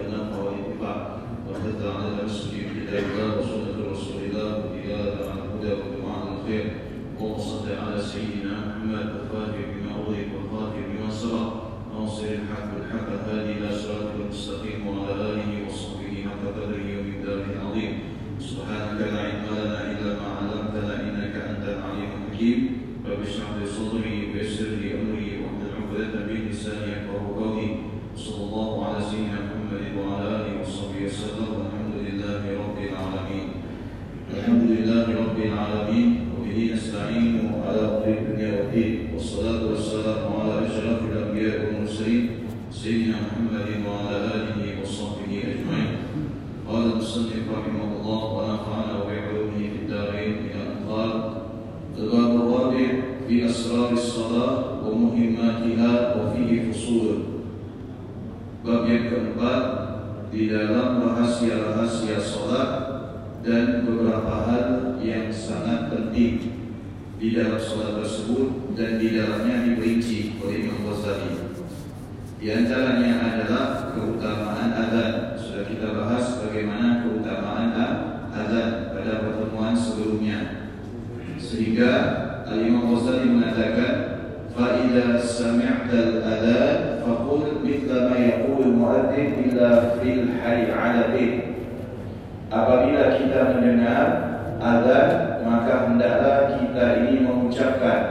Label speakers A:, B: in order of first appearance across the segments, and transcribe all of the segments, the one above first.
A: والنفع والاتباع وارتد على التمسك بكتاب الله وسنة رسول الله والدلالة على الهدى واتباع الخير. اللهم صل على سيدنا محمد الفاتح بما أغلق والخاتم بما سبق ناصر الحق بالحق الهادي إلى صراطك المستقيم وعلى آله وصحبه حق قدره ومقداره العظيم. سبحانك لا علم لنا إلا ما علمتنا إنك أنت العليم الحكيم. رب اشرح لي صدري ويسر لي أمري واحلل عقدة من لساني يفقهوا قولي. صلى الله على سيدنا محمد وعلى آله وصحبه وسلم والحمد لله رب العالمين. الحمد لله رب العالمين وبه نستعين على أمر الدنيا والدين والصلاة والسلام على أشرف الأنبياء والمرسلين سيدنا محمد وعلى آله وصحبه أجمعين. قال المصنف رحمه الله ونفعنا بعلومه في الدارين إلى أن قال: الباب الرابع في أسرار الصلاة ومهماتها وفيه فصول. Bab yang keempat di dalam rahasia-rahasia salat dan beberapa hal yang sangat penting di dalam salat tersebut dan di dalamnya diperinci oleh Imam Ghazali. Di antaranya adalah keutamaan azan. Sudah kita bahas bagaimana keutamaan azan pada pertemuan sebelumnya. Sehingga Imam Ghazali mengatakan, فَإِذَا سَمِعْتَ الْأَذَانَ فَقُلْ مِثْلَ مَا يَقُولُ الْمُؤَذِّنُ إِلَّا فِي الْحَيِّ عَلَى الْبَيْتِ. Apabila kita mendengar azan, maka hendaklah kita ini mengucapkan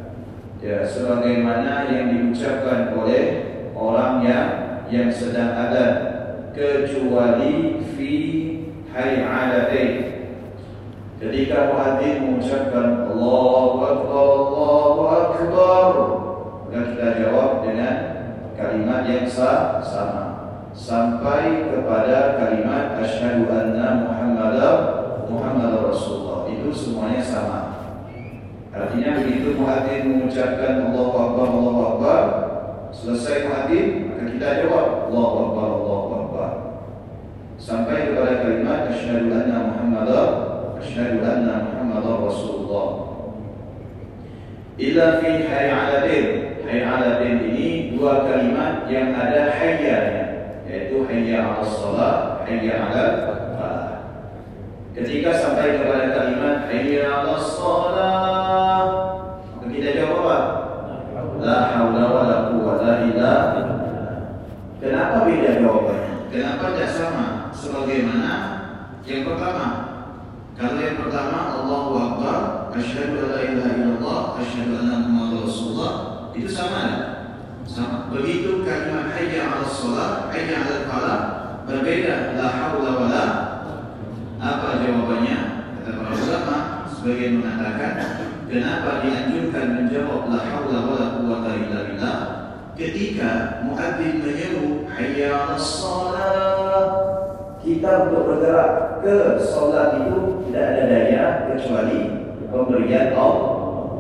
A: sebagaimana yang diucapkan oleh orang yang sedang azan, kecuali fi hayy 'ala al-bayt. Ketika muadzin mengucapkan Allahu Akbar, Allahu Akbar, maka kita jawab dengan kalimat yang sama sampai kepada kalimat asyhadu anna Muhammadar Rasulullah. Itu semuanya sama. Artinya begitu muadzin mengucapkan Allahu Akbar, Allahu Akbar, selesai muadzin, maka kita jawab Allahu Akbar, Allahu Akbar, sampai kepada kalimat asyhadu anna Muhammadar Rasulullah. Illa fi hayy 'ala al-bayt. Hayy 'ala al-bayt ini dua kalimat yang ada hayyanya, yaitu hayya 'ala shalah, hayya 'ala falah. Ketika sampai kepada kalimat hayya 'ala shalah, maka kita jawab apa? La haula wala quwwata illa billah. Kenapa beda jawabannya? Kenapa tidak sama sebagaimana yang pertama? Kalau yang pertama Allahu Akbar, asyhadu an la ilaha illallah, asyhadu anna Muhammadar Rasulullah, itu sama kan? Sama. Begitu kalimat hayya 'alas shalah, hayya 'alal falah berbeda, la haula wala. Apa jawabannya? Kata para ulama sebagian mengatakan, kenapa dianjurkan menjawab la haula wala quwwata illa billah ketika muadzin menyeru hayya 'alas shalah, kita untuk bergerak ke solat itu tidak ada daya kecuali pemberian Allah.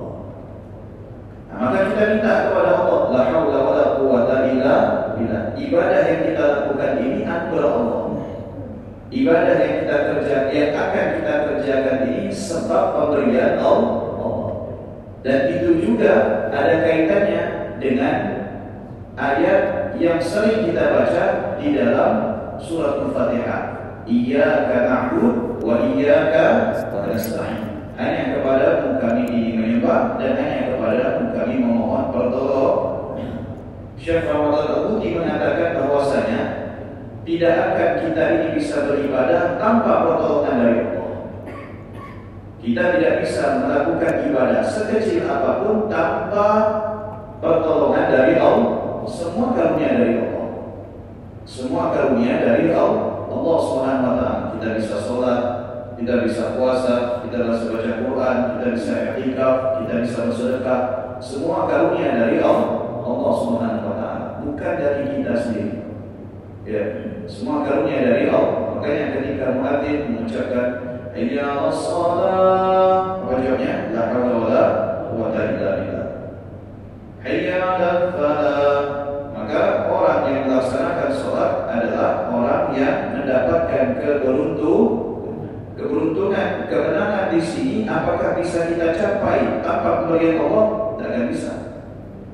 A: Nah, maka kita minta kepada Allah, la haula wala quwwata illa billah. Ibadah yang kita lakukan ini anugerah Allah. Ibadah yang akan kita kerjakan ini sebab pemberian Allah. Dan itu juga ada kaitannya dengan ayat yang sering kita baca di dalam surat Al-Fatihah. Iyyaka na'budu wa iyyaka nasta'in. Hanya kepadamu kami menyembah dan hanya kepadamu kami memohon pertolongan. Syekh Ramadan Al-Buti mengatakan bahwasanya tidak akan kita ini bisa beribadah tanpa pertolongan dari Allah. Kita tidak bisa melakukan ibadah sekecil apapun tanpa pertolongan dari Allah. Semua karunia dari Allah. Semua karunia dari Allah Subhanahu wa taala. Kita bisa sholat, kita bisa puasa, kita bisa baca Quran, kita bisa i'tikaf, kita bisa bersedekah. Semua karunia dari Allah Subhanahu wa taala, bukan dari kita sendiri. Ya, semua karunia dari Allah. Makanya ketika muadzin mengucapkan hayya 'alas shalah, apa jawabnya? La haula wala quwwata illa billah. Hayya 'alal falah, maka orang yang melaksanakan sholat adalah orang yang mendapatkan keberuntungan. Kemenangan di sini apakah bisa kita capai tanpa pemberian Allah? Tidak akan bisa.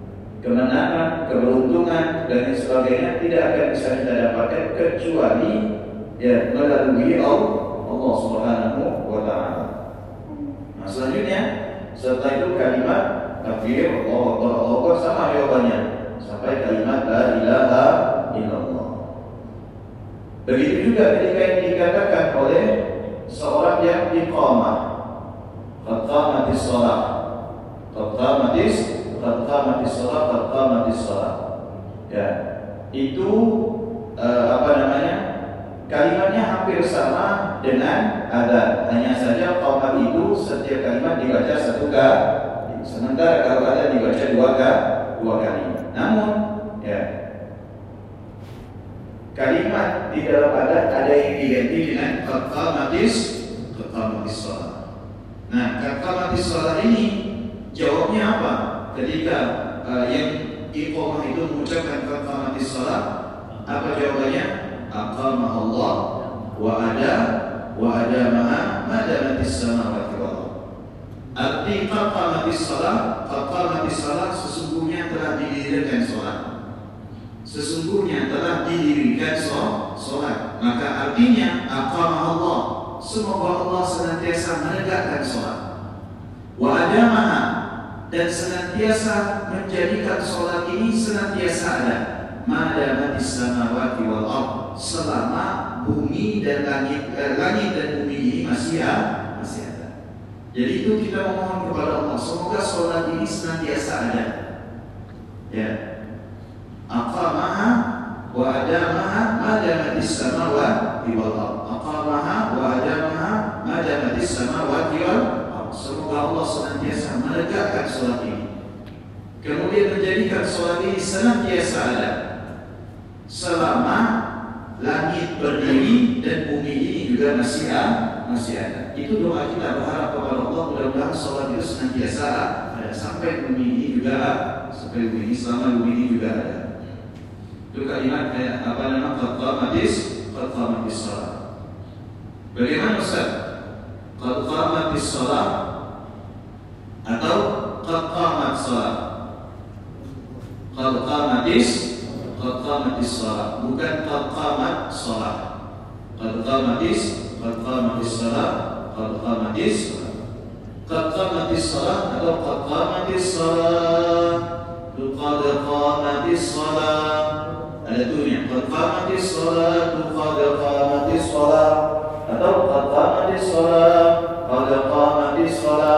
B: kemenangan, keberuntungan dan lain sebagainya tidak akan bisa kita dapatkan kecuali ya melalui Allah Subhanahu wa taala. Nah, selanjutnya setelah itu kalimat takbir Allahu Akbar, Allahu Akbar sama jawabannya sampai kalimat la ilaha illallah. Begitu juga ketika yang dikatakan oleh seorang yang iqamah, qad qamatis shalah, qad qamatis shalah, qad qamatis shalah. Ya, itu kalimatnya hampir sama dengan adzan. Hanya saja qamat itu setiap kalimat dibaca satu kali, sementara kalau adzan dibaca dua kali. Namun, ya, kalimat di dalam adzan ada yang diganti dengan qad qamatis shalah. Nah, qad qamatis shalah ini jawabnya apa? Ketika yang iqamah itu mengucapkan qad qamatis shalah, apa jawabannya? Aqamah Allah wa adamaha madamatis samawati wal ardh. Arti qad qamatis shalah sesungguhnya telah didirikan salat. Sesungguhnya telah didirikan salat. Maka artinya aqamah Allah, semoga Allah senantiasa menegakkan salat. Wa adamaha, dan senantiasa menjadikan salat ini senantiasa ada. Madamatis samawati wal ardh, selama bumi dan langit dan bumi ini masih ada. Jadi itu kita memohon kepada Allah, semoga sholat ini senantiasa ada. Ya, aqamaha wa adamaha madamatis samawati wal ardh. Aqamaha wa adamaha madamatis samawati wal ardh. Semoga Allah senantiasa menegakkan sholat ini, kemudian menjadikan sholat ini senantiasa ada selama langit berdiri dan bumi ini juga masih ada. Itu doa kita berharap kepada Allah, mudah-mudahan sholat itu senantiasa ada sampai bumi ini juga selama bumi ini juga ada. Itu kalimat qad qamatis shalah. Bagaimana Ustaz? Qad qamatis shalah atau qad qamat shalah? Qad qamatis shalah, bukan qad qamat shalah. Qad qamatis shalah, qad qamatis shalah atau qad qamatis shalah. Qad qamatis shalah, ada tuhnya. Qad qamatis shalah, qad qamatis shalah, atau qad qamatis shalah, qad qamatis shalah.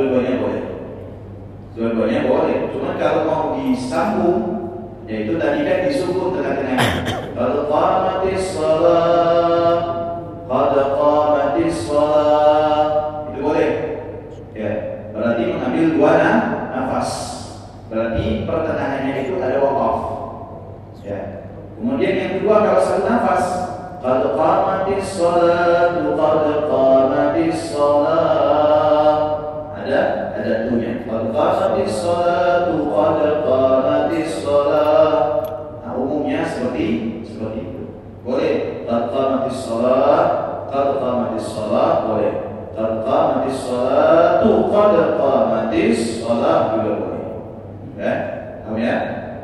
B: Dua-duanya boleh. Cuma kalau mau disambung, yaitu tadi kan disebut tengah-tengah. Qad qamatis shalah, qad qamatis shalah. Itu boleh. Ya, berarti mengambil dua nafas. Berarti pertengahannya itu ada waqaf. Ya. Kemudian yang kedua kalau satu nafas, qad qamatis shalah, qad qamatis shalah. Ada tuhnya. Qad qamatis shalah, qad qamatis shalah. Nah, umumnya seperti itu. Boleh qad qamatis shalah, qad qamatis shalah, boleh. Qad qamatis shalah, qad qamatis shalah juga boleh. Ya, paham ya?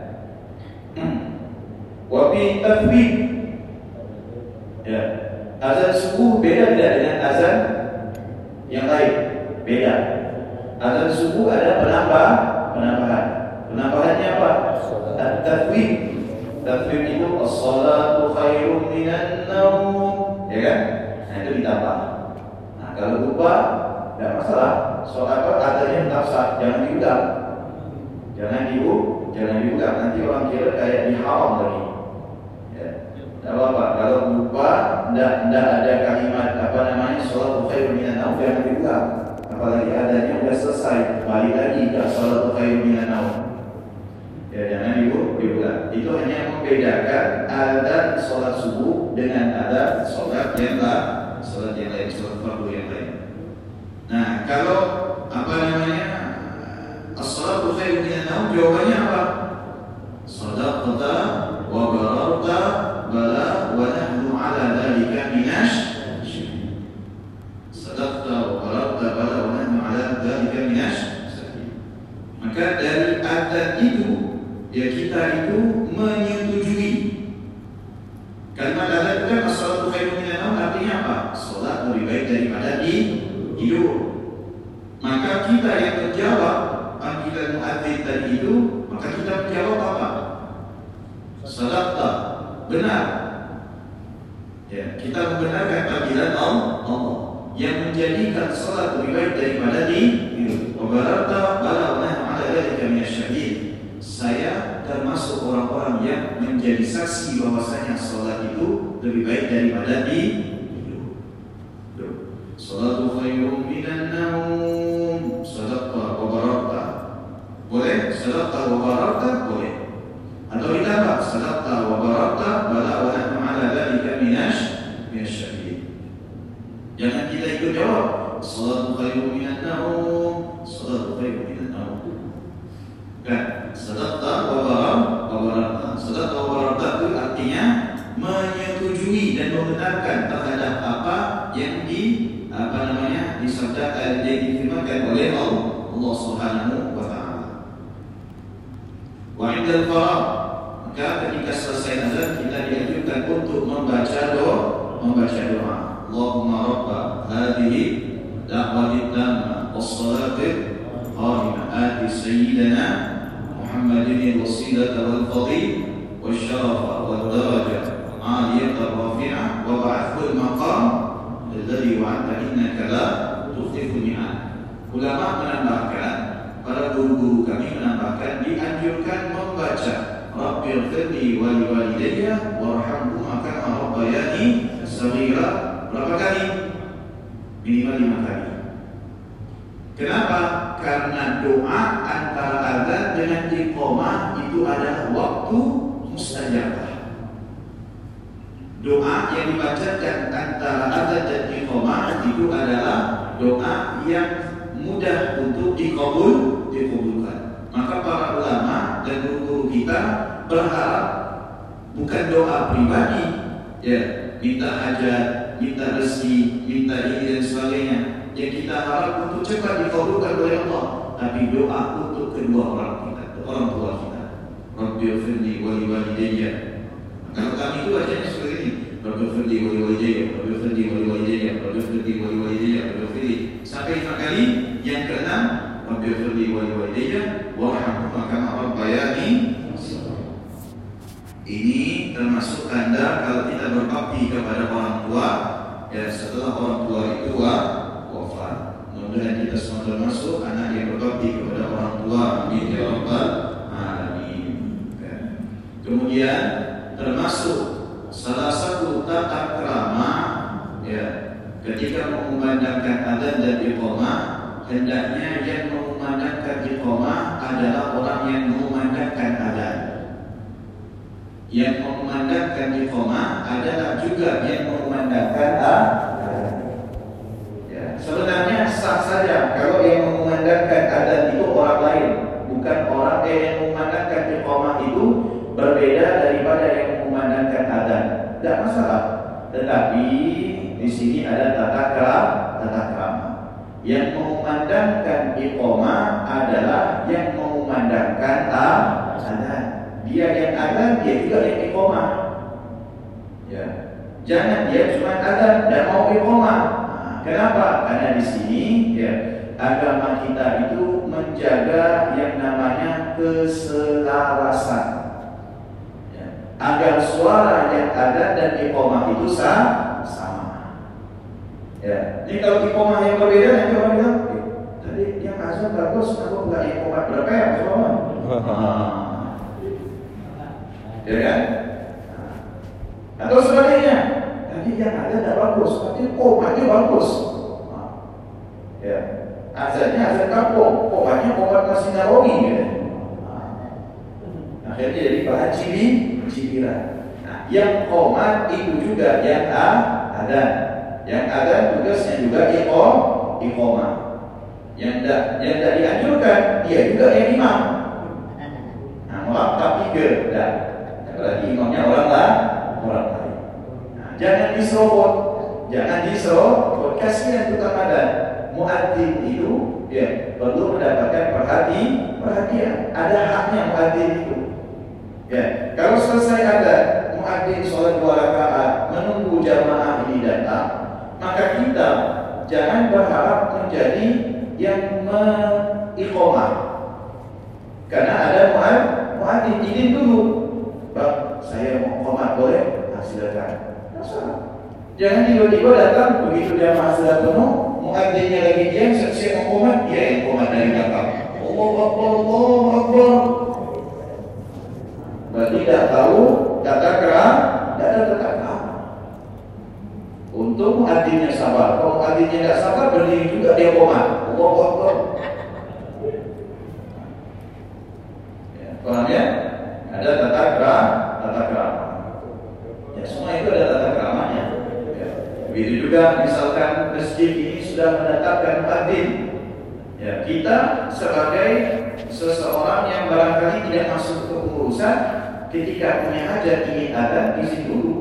B: Wa bi tafwid. Ya. Azan subuh beda tidak dengan azan yang lain? Beda. Azan subuh ada penambahan. Penambahannya apa? At-tafwid. Tafwid itu as-salatu khairun minan naum, ya kan? Nah, itu ditambah. Nah, kalau lupa enggak masalah. Soal azannya tetap sah, jangan diulang. Jangan diulang, nanti orang kira kayak diharam lagi. Ya. Tidak apa-apa. Kalau lupa, tidak ada kalimat salatu khairun minan naum, jangan diulang. Apalagi adanya sudah selesai, balik lagi ke salatu khairun minan naum. Ya, jangan diulang. Itu hanya membedakan adzan salat subuh dengan adzan salat yang lain, salat fardu yang lain. Nah, kalau as-salatu khairun minan naum, jawabannya apa? Sadaqta wa bararta bala wa nahnu ala dzalika minash. Sadaqta wa bararta bala wa nahnu ala dzalika minash. Maka dari adzan itu kan as-salatu khairun minan naum artinya apa? Salat lebih baik daripada tidur. Maka kita yang menjawab panggilan muadzin tadi itu, maka kita menjawab apa? Sadaqta, benar. Ya, kita membenarkan panggilan Allah yang menjadikan salat lebih baik daripada tidur. Wa bararta bala wa nahnu ala dzalika minasyahidin. Saya termasuk orang-orang yang menjadi saksi bahwasanya salat itu lebih baik daripada tidur. Salatu khairun minan naum. Sadaqta wa bararta. Boleh? Sadaqta wa bararta boleh. Atau ditambah sadaqta wa bararta bala wa nahnu ala dzalika minasyahidin. Jangan kita ikut jawab salatu khairun minan naum, salatu khairun minan naum. Kan? Sadaqta wa bararta. Sadaqta wa bararta itu artinya menyetujui dan membenarkan terhadap apa yang disabdakan, yang difirmankan oleh Allah Subhanahu wa taala. Wa 'indal faragh, maka ketika selesai azan kita dianjurkan untuk membaca doa. Allahumma rabba hadhihi da'wati tamma was-salati qa'imah ati sayyidina Muhammadin al-wasilata wal-fadil wasyarafa wal-daraja 'aliyatan rafi'ah wa ba'athul maqam alladhi wa'adta innaka la tukhliful mi'ad. Ulama menambahkan, para guru-guru kami menambahkan, dianjurkan membaca Rabbighfirli wa liwalidayya warhamhuma kama rabbayani saghira berapa kali? Minimal 5 kali. Kenapa? Karena doa antara azan dengan iqamah itu adalah waktu mustajabah. Doa yang dibacakan antara azan dan iqamah itu adalah doa yang mudah untuk dikabulkan. Maka para ulama dan guru-guru kita berharap bukan doa pribadi, ya, minta hajat, minta rezeki, minta ini dan sebagainya, yang kita harap untuk cepat dikabulkan oleh Allah, tapi doa untuk kedua orang tua kita. Rabbighfirli wa liwalidayya. Kalau kami itu bacanya seperti ini, Rabbighfirli wa liwalidayya, Rabbighfirli wa liwalidayya, Rabbighfirli wa liwalidayya, Rabbighfirli sampai 5 kali. Yang keenam, Rabbighfirli wa liwalidayya warhamhuma kama rabbayani. Ini termasuk tanda kalau kita berbakti kepada orang tua, ya, setelah orang tua itu wafat. Mudah-mudahan kita semua termasuk anak yang berbakti kepada orang tua. Amin ya rabbal alamin. Kemudian termasuk salah satu tata krama, ya, ketika mengumandangkan adzan dan iqamah, hendaknya yang mengumandangkan iqamah adalah orang yang mengumandangkan adzan. Yang mengumandangkan iqamah adalah juga yang mengumandangkan adzan. Ya, sebenarnya sah saja kalau yang mengumandangkan adzan itu orang lain, bukan orang yang mengumandangkan iqamah itu berbeda daripada yang mengumandangkan adzan. Tidak masalah. Tetapi di sini ada tata krama. Yang mengumandangkan iqamah adalah yang mengumandangkan adzan. Dia yang adzan, dia juga yang iqamah. Ya. Jangan dia cuma adzan dan mau iqamah. Kenapa? Karena di sini, ya, agama kita itu menjaga yang namanya keselarasan, ya, agar suara yang adzan dan iqamah itu sama. Ya. Ini kalau iqamah yang berbeda, nanti orang bilang, tadi yang azan bagus, kenapa enggak iqamah berapa ya, semua? Ya kan? Atau sebaliknya, tadi yang ada tidak bagus, tapi komatnya bagus. Ya, azannya azan kampung, komatnya komat Masjid Nabawi. Ya. Akhirnya jadi bahan cibiran. Nah, yang komat itu juga yang adzan, yang adzan tugasnya juga iqamah. Yang tidak dianjurkan, dia juga yang imam. Nah, melengkapi tiga. Berarti imamnya orang lain. Nah, jangan diserobot, kasihan tukang adzan. Muadzin itu, ya, perlu mendapatkan perhatian. Ada haknya muadzin itu. Ya, kalau selesai adzan, muadzin sholat 2 rakaat menunggu jamaah ini datang, maka kita jangan berharap menjadi yang mengiqamah. Karena ada muadzin izin dulu, Bang, saya mau qomat boleh? Silakan. Jangan tiba-tiba datang begitu jamaah sudah penuh, muadzinnya lagi diam, saya mau qomat, dia yang qomat dari belakang. Allahu Akbar, Allahu Akbar. Berarti tidak tahu tata krama. Untuk muadzinnya sabar. Kalau muadzinnya tidak sabar, berdiri juga dia qomat. Allahu Akbar. Ya, paham ya? Ada tata krama. Ya, semua itu ada tata kramanya. Ya. Begitu juga misalkan masjid ini sudah menetapkan muadzin. Ya, kita sebagai seseorang yang barangkali tidak masuk ke urusan, ketika punya hajat ingin ada, izin dulu.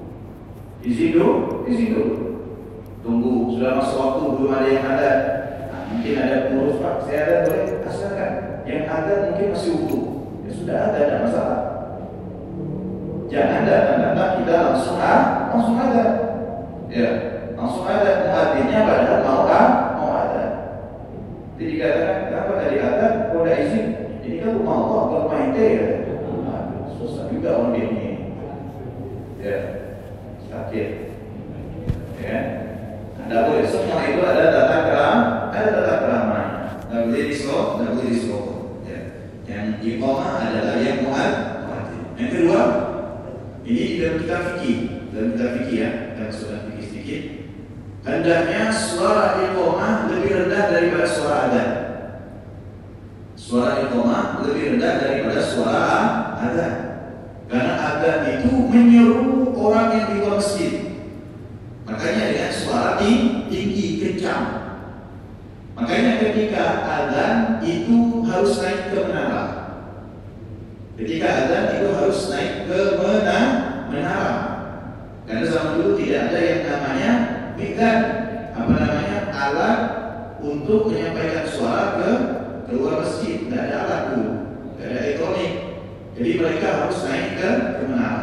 B: Tunggu, sudah masuk waktu belum ada yang ada. Nah, mungkin ada pengurus, Pak, saya ada boleh asalkan. Yang ada mungkin masih wudu. Ya sudah ada masalah. Jangan datang kita langsung ada. Ya, langsung ada muadzinnya padahal mau ada. Jadi dikatakan, kenapa tadi ada? Kok ada izin? Ini kan rumah Allah, bukan rumah ente ya. Susah juga orang ini. Ya, sakit. Ya, Anda boleh semua itu ada tata keramanya. Nggak boleh dislok. Ya, yang iqamah adalah yang muadzin. Yang kedua, ini dalam kitab fikih ya, dan sudah fikih sedikit. Hendaknya suara iqamah lebih rendah daripada suara adzan. Suara iqamah lebih rendah daripada suara adzan. Karena adzan itu menyeru orang yang di luar masjid. Makanya dengan suara tinggi, kencang. Makanya ketika adzan itu harus naik ke menara. Ketika adzan itu harus naik ke menara. Karena zaman dulu tidak ada yang namanya mikdan, alat untuk menyampaikan suara ke keluar masjid. Tidak ada alat dulu, tidak ada elektronik. Jadi mereka harus naik ke menara.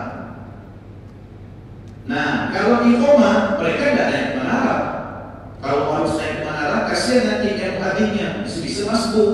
B: Nah, kalau iqamah mereka tidak naik ke menara. Kalau harus naik ke menara, kasihan nanti yang muadzinnya bisa masuk.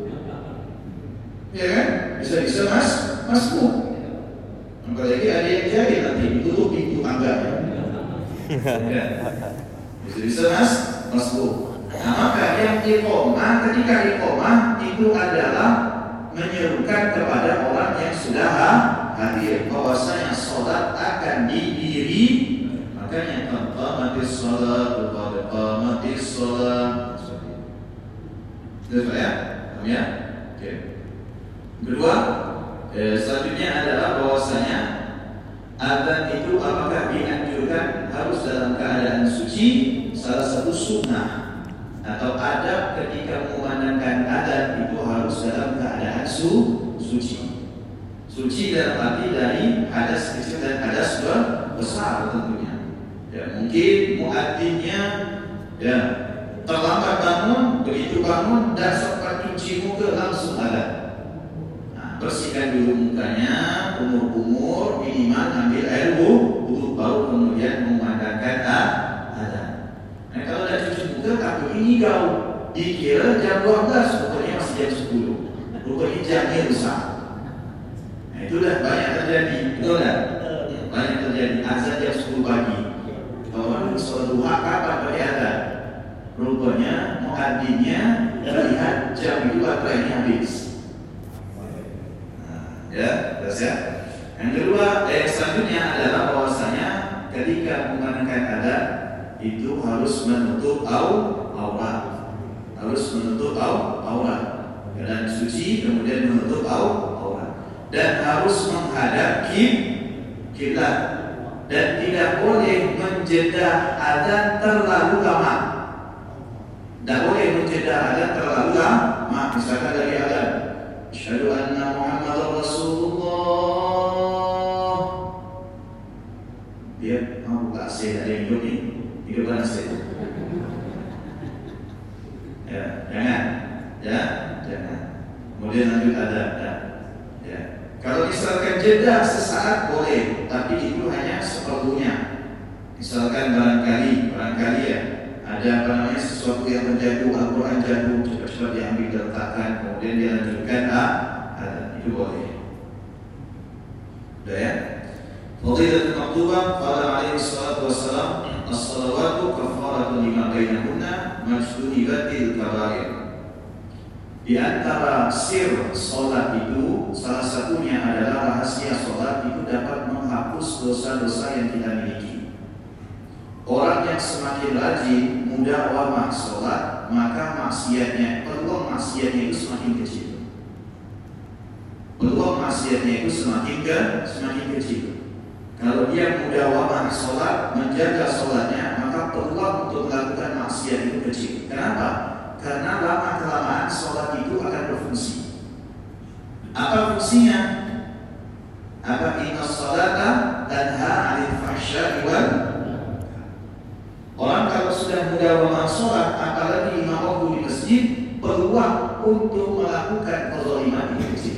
B: Ya kan? Bisa masuk. Apalagi ada yang jahil nanti ditutup pintu tangganya. Ya. Bisa masuk. Nah, maka yang iqamah, ketika iqamah itu adalah menyerukan kepada orang yang sudah hadir bahwasanya sholat akan didiri. Makanya qamatis sholat, qamatis sholat. Betul ya? Paham ya? Oke. Kedua, selanjutnya adalah bahwasanya adzan itu apakah dianjurkan harus dalam keadaan suci? Salah satu sunnah atau adab ketika mengumandangkan adzan itu harus dalam keadaan suci. Suci dalam arti dari hadas kecil dan hadas besar tentunya. Ya, mungkin muadzinnya ya terlambat bangun, begitu bangun dan sempat cuci muka langsung adzan. Bersihkan dulu mukanya, umur minimal ambil air wudhu baru kemudian memandangkan adzan. Nah, kalau tidak cuci muka takut ini jauh, dikira jam 12, rupanya masih jam 10. Rupanya jamnya rusak. Nah, itu dah banyak terjadi, betul tak? Banyak terjadi azan jam 10 pagi. Orang sholat duha kapan pakai adzan? Rupanya muadzinnya melihat jam itu baterainya habis. Ya, terus ya. Yang kedua, selanjutnya adalah bahwasanya ketika mengumandangkan adzan itu harus menutup aurat. Harus menutup aurat. Keadaan suci kemudian menutup aurat. Dan harus menghadap kiblat. Dan tidak boleh menjeda adzan terlalu lama. Tidak boleh menjeda adzan terlalu lama. Misalkan dari adzan Asyhadu anna Muhammadar Rasulullah. Dia mau buka AC, ada yang hidup nih, hidupkan AC. Ya, jangan. Kemudian lanjut adzan. Ya. Kalau misalkan jeda sesaat boleh, tapi itu hanya seperlunya. Misalkan barangkali ya ada sesuatu yang menjatuh, Al-Quran jatuh, cepat-cepat diambil diletakkan, kemudian dilanjutkan itu boleh. Udah ya? Fadilatul maktubah qala alaihi salatu wassalam as-salawatu kafaratun lima bainahunna majtunibatil kabair. Di antara sir salat itu salah satunya adalah rahasia salat itu dapat menghapus dosa-dosa yang kita miliki. Orang yang semakin rajin mudah wamah salat, maka peluang maksiatnya itu semakin kecil. Peluang maksiatnya itu semakin kecil. Kalau dia mudah wamah sholat, menjaga sholatnya, maka peluang untuk melakukan maksiat itu kecil. Kenapa? Karena lama-kelamaan sholat itu akan berfungsi. Apa fungsinya? Apa inna sholata tanha 'anil fahsya'i wal munkar. Orang kalau sudah mudah wamah sholat, apalagi lima waktu di masjid, peluang untuk melakukan kezaliman itu kecil.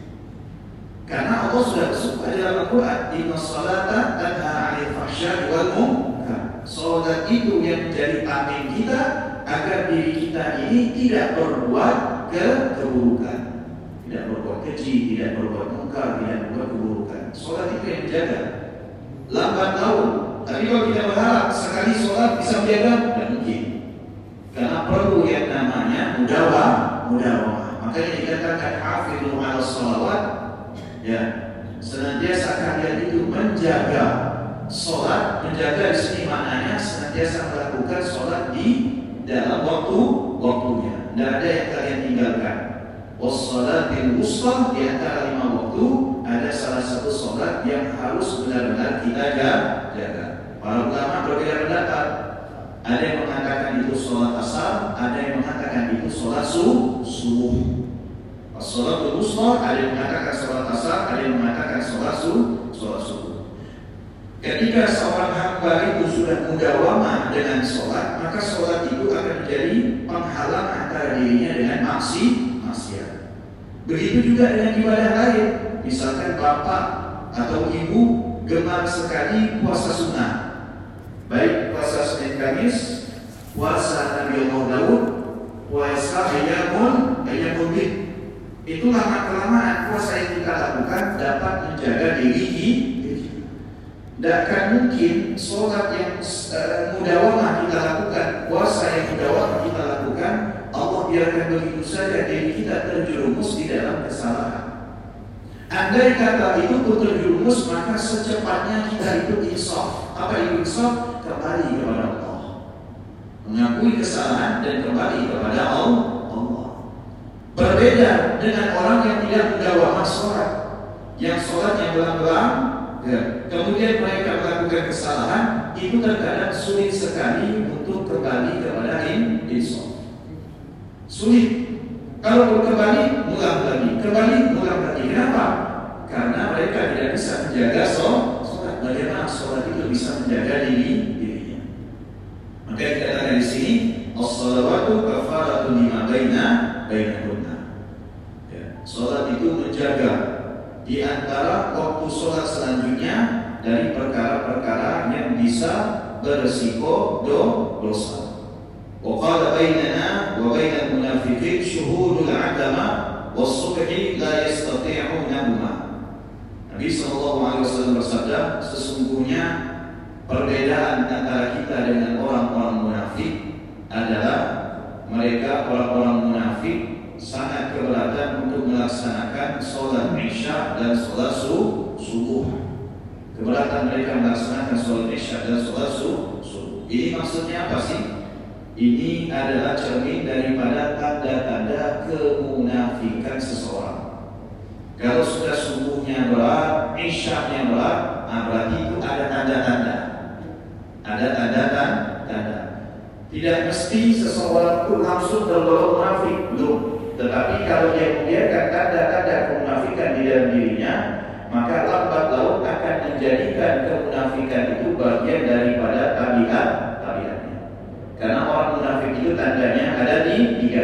B: Karena Allah sudah bersumpah dalam Al-Quran, inna sholata tanha 'anil fahsya'i wal munkar. Sholat itu yang menjadi tameng kita agar diri kita ini tidak berbuat keburukan, tidak berbuat keji, tidak berbuat munkar, tidak berbuat keburukan. Sholat itu yang menjaga. Lambat laun, tapi kalau kita berharap sekali sholat bisa menjaga, tidak mungkin. Karena perlu yang namanya mudawamah. Makanya dikatakan hafidhu 'ala sholawat. Ya, senantiasa kalian itu menjaga sholat, menjaga di sini maknanya senantiasa melakukan sholat di dalam waktunya. Tidak ada yang kalian tinggalkan. Wassalatil wusta, di antara lima waktu ada salah satu sholat yang harus benar-benar kita jaga. Para ulama berbeda pendapat. Ada yang mengatakan itu sholat asar, ada yang mengatakan itu sholat subuh. As-salatul wusta, ada yang mengatakan sholat asar, ada yang mengatakan sholat subuh. Ketika seorang hamba itu sudah mudawamah dengan sholat, maka sholat itu akan menjadi penghalang antara dirinya dengan maksiat. Begitu juga dengan ibadah lain. Misalkan bapak atau ibu gemar sekali puasa sunnah, baik puasa Senin Kamis, puasa Nabi Allah Daud, puasa ayyamun bid. Itu lama-kelamaan puasa yang kita lakukan dapat menjaga diri kita. Tidak akan mungkin sholat yang mudawamah kita lakukan, puasa yang mudawamah kita lakukan, Allah biarkan begitu saja diri kita terjerumus di dalam kesalahan. Andai kata itu pun terjerumus, maka secepatnya kita itu insaf. Apa itu insaf? Kembali kepada Allah, mengakui kesalahan dan kembali kepada Allah. Berbeda dengan orang yang tidak mudawamah sholat, yang sholatnya belang-belang, kemudian mereka melakukan kesalahan, itu terkadang sulit sekali untuk kembali kepada insaf. Sulit. Kalau kembali, mulang lagi. Kenapa? Karena mereka tidak bisa menjaga sholat. Bagaimana sholat itu bisa menjaga dirinya? Maka dikatakan di sini, as-salawatu kafaratun lima bainahunna. Sholat itu menjaga di antara waktu sholat selanjutnya dari perkara-perkara yang bisa berisiko dosa. Wa qala bainana wa bainal munafiqin syuhudul adama was-subhi la yastati'unahuma. Nabi SAW bersabda, sesungguhnya perbedaan antara kita dengan orang-orang munafik adalah mereka orang-orang munafik sangat keberatan untuk melaksanakan sholat isya dan sholat subuh. Keberatan mereka melaksanakan sholat isya dan sholat subuh. Ini maksudnya apa sih? Ini adalah cermin daripada tanda-tanda kemunafikan seseorang. Kalau sudah subuhnya berat, isyanya berat, berarti itu ada tanda-tanda. Ada tanda-tanda. Tidak mesti seseorang itu langsung tergolong munafik, belum. Tetapi kalau dia membiarkan tanda-tanda kemunafikan di dalam dirinya, maka lambat laun akan menjadikan kemunafikan itu bagian daripada tabiatnya. Karena orang munafik itu tandanya ada di tiga.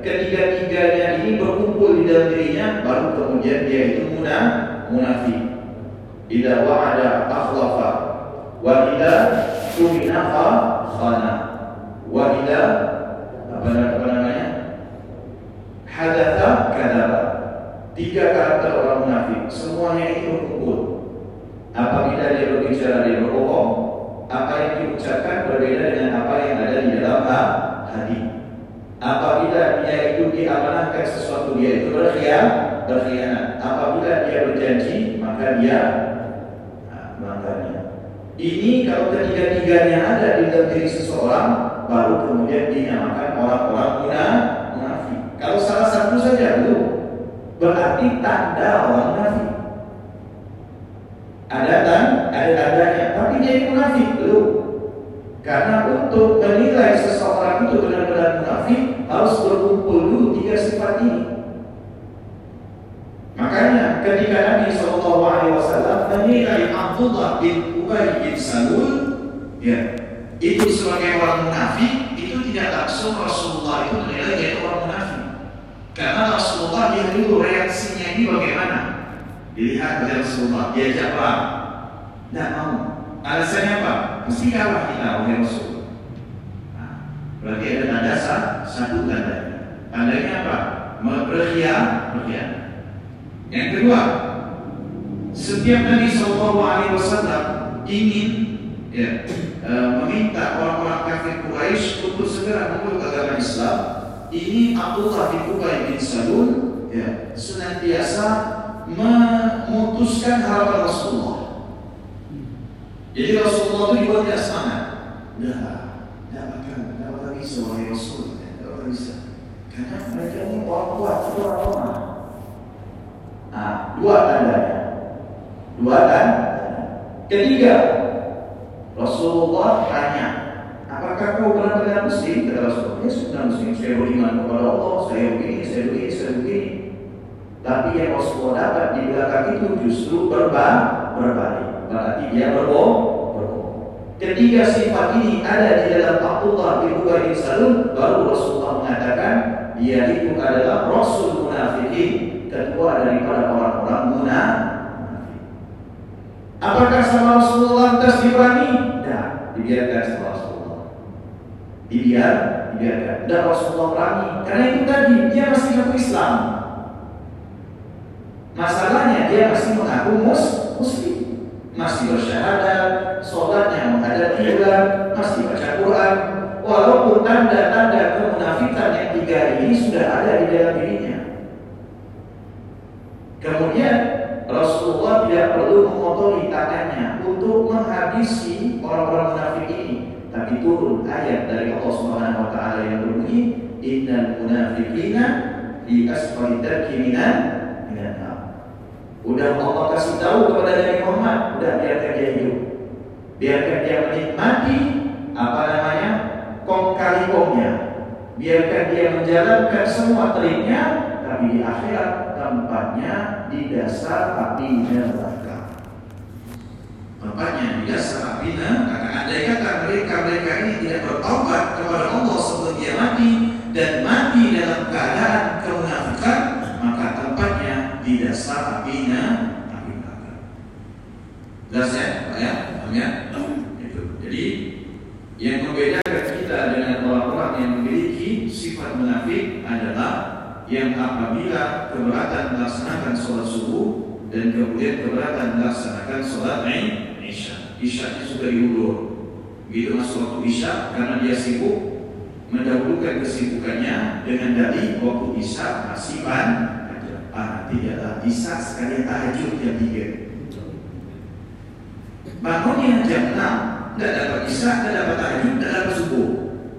B: ketiga-tiganya ini berkumpul di dalam dirinya, baru kemudian dia itu munafik. Idza wa'ada akhlafa wa idza tumina khana wa idza apa namanya? Hadatsa kadzaba. 3 karakter orang munafik, semuanya itu berkumpul. Apabila dia berbicara dia berbohong, apa yang diucapkan berbeda dengan apa yang ada di dalam hati. Apabila dia itu diamanahkan sesuatu, dia itu berkhianat. Apabila dia berjanji, maka dia melanggarnya. Ini kalau ketiga-tiganya ada di dalam diri seseorang, baru kemudian dinamakan orang-orang munafik. Kalau salah satu saja belum, berarti tanda orang munafik. Ada tandanya, tapi dia munafik belum. Karena untuk menilai seseorang itu benar-benar munafik harus berkumpul dulu 3 sifat ini. Makanya ketika Nabi SAW menilai Abdullah bin Ubay bin Salul, ya, itu sebagai orang munafik, itu tidak langsung Rasulullah itu menilai dia itu orang munafik. Karena Rasulullah lihat dulu reaksinya ini bagaimana. Dilihat oleh Rasulullah, diajak perang, tidak mau. Alasannya apa? Mesti kalah kita oleh Rasul. Berarti ada tanda satu tandanya. Tandanya apa? Berkhianat. Yang kedua, setiap Nabi SAW ingin meminta orang-orang kafir Quraisy untuk segera memeluk agama Islam. Ini Abdullah bin Ubay bin Salul senantiasa memutuskan harapan Rasulullah. Jadi Rasulullah itu juga tidak semangat. Tidak bakal bisa wahai Rasul, tidak bakal bisa. Karena mereka ini orang kuat, orang lemah. Dua tandanya. Ketiga, Rasulullah tanya, apakah kau benar-benar muslim? Kata Rasulullah, ya sudah muslim, saya beriman kepada Allah, saya begini. Tapi yang Rasulullah dapat di belakang itu justru berbalik. Berarti dia berbohong. Ketiga sifat ini ada di dalam Abdullah bin Ubay bin Salul, baru Rasulullah mengatakan dia itu adalah Rasul munafikin, ketua daripada orang-orang munafik. Apakah sama Rasulullah lantas diperangi? Tidak, dibiarkan sama Rasulullah. Dibiarkan. Tidak Rasulullah perangi, karena itu tadi dia masih mengaku Islam. Masalahnya dia masih mengaku muslim, masih bersyahadat, sholatnya menghadap kiblat, masih baca Quran. Walaupun tanda-tanda kemunafikan yang 3 ini sudah ada di dalam dirinya. Kemudian Rasulullah tidak perlu mengotori tangannya untuk menghabisi orang-orang munafik ini, tapi turun ayat dari Allah Subhanahu wa taala yang berbunyi, innal munafiqina fi asfali darki minan nar. Udah Allah kasih tahu kepada Nabi Muhammad, udah biarkan dia hidup, biarkan dia menikmati kong kali kongnya, biarkan dia menjalankan semua triknya, tapi di akhirat tempatnya di dasar api neraka. Tempatnya di dasar api neraka. Andai kata mereka ini tidak bertaubat kepada Allah sebelum dia mati dan mati dalam keadaan kemunafikan, maka tempatnya di dasar api neraka. Jelas ya, Pak ya? Itu. Jadi yang membedakan kita dengan orang-orang yang memiliki sifat munafik adalah yang apabila keberatan melaksanakan sholat subuh dan kemudian keberatan melaksanakan sholat isya. Isyanya sudah diundur. Begitu masuk waktu isya, karena dia sibuk, mendahulukan kesibukannya dengan dalih waktu isya masih tidaklah isya sekalian tahajud jam 3. Bangunnya jam 6, tidak dapat isya, tidak dapat tahajud, tidak dapat subuh.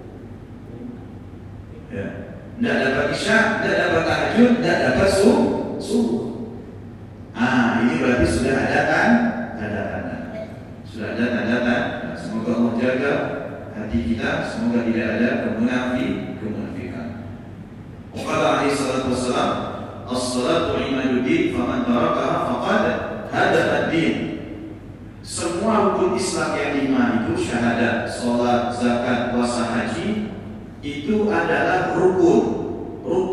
B: Tidak dapat isya, tidak dapat tahajud, tidak dapat subuh. Ini berarti sudah ada tanda-tanda. Sudah ada tanda-tanda. Semoga Allah jaga hati kita, semoga tidak ada kemunafikan. Qala alaihi salatu wassalam, as-salatu imaduddin, faman tarakaha faqad hadha ad-din. Semua rukun Islam yang 5 itu syahadat, sholat, zakat, puasa, haji, itu adalah rukun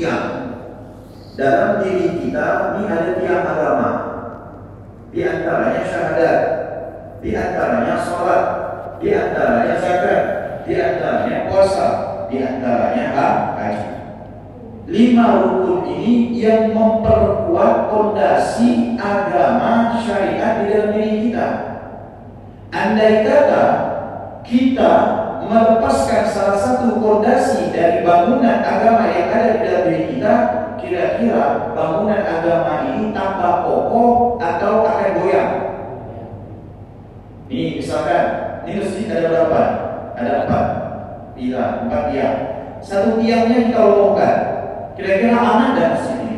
B: tiang. Dalam diri kita ini ada tiang agama. Di antaranya syahadat, di antaranya sholat, di antaranya zakat, di antaranya puasa, di antaranya haji. 5 rukun ini yang memperkuat fondasi agama syariat di dalam diri kita. Andai kata kita melepaskan salah satu fondasi dari bangunan agama yang ada di dalam diri kita, kira-kira bangunan agama ini tambah kokoh atau akan goyang? Ini misalkan, ini masjid ada berapa? Ada 4 pilar, 4 tiang. Satu tiangnya kita robohkan, kira-kira aman dan masjid ini?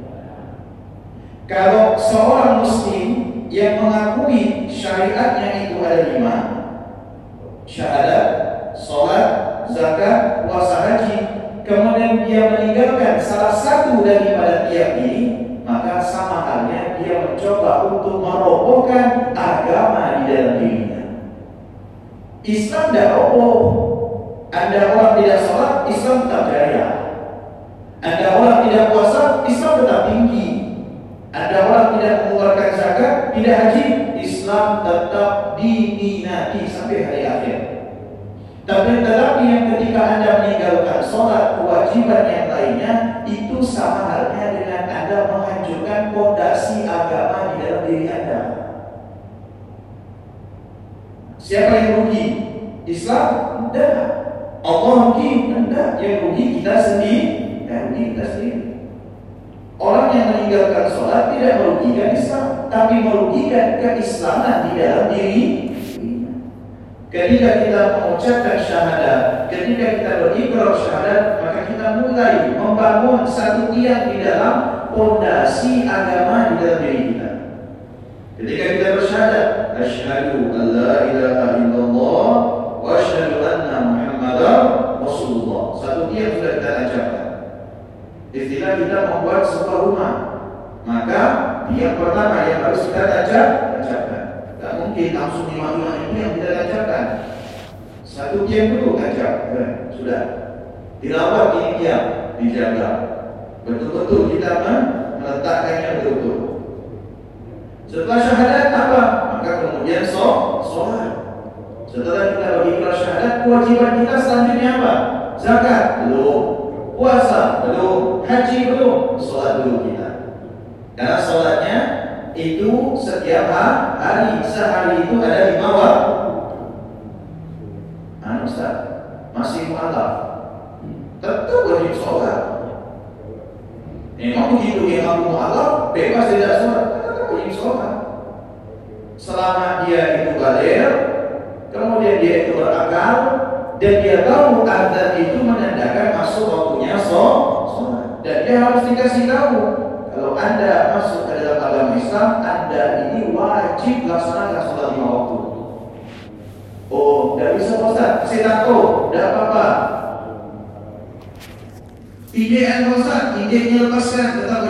B: Kalau seorang muslim yang mengakui syariatnya itu ada 5, syahadat, sholat, zakat, puasa, haji, kemudian dia meninggalkan salah satu daripada tiang ini, maka sama halnya dia mencoba untuk merobohkan agama di dalam dirinya. Islam tidak roboh. Anda orang tidak sholat, Islam tetap jaya. Anda orang tidak puasa, Islam tetap tinggi. Anda orang tidak mengeluarkan zakat, tidak haji, Islam tetap diminati sampai hari akhir. Tetapi yang ketika Anda meninggalkan sholat, kewajiban yang lainnya, itu sama halnya dengan Anda menghancurkan fondasi agama di dalam diri Anda. Siapa yang rugi? Islam? Tidak. Allah rugi? Tidak. Yang rugi kita sendiri. Orang yang meninggalkan sholat tidak merugikan Islam, tapi merugikan keislaman di dalam diri. Ketika kita mengucapkan syahadat, ketika kita berikrar syahadat, maka kita mulai membangun satu tiang di dalam fondasi agama di dalam diri kita. Ketika kita bersyahadat, asyhadu an la ilaha illallah wa asyhadu anna Muhammadar Rasulullah. Satu tiang sudah kita ajarkan. Istilah kita membuat sebuah rumah, maka tiang pertama yang harus kita ajarkan. Tak mungkin langsung 5 itu yang kita ajarkan. Satu tiang dulu ajar, sudah. Dirawat ini tiang, dijaga. Betul-betul kita meletakkannya betul-betul. Setelah syahadat apa? Maka kemudian sholat. Setelah kita berikrar syahadat, kewajiban kita selanjutnya apa? Zakat belum, puasa belum, haji belum, sholat dulu kita. Karena sholatnya itu setiap hari, sehari itu ada 5 waktu. Ustaz, masih mualaf, tetap wajib sholat. Memang begitu yang aku mualaf, bebas tidak sholat, tetap wajib sholat. Selama dia itu baligh, kemudian dia itu berakal, dan dia tahu azan itu menandakan masuk waktunya sholat. Dan dia harus dikasih tahu, kalau Anda masuk ke dalam agama Islam, Anda ini wajib laksanakan sholat 5 waktu. Oh, tidak bisa Ustaz, saya takut, tidak apa-apa. Ide Ustaz, idenya lepaskan, tetap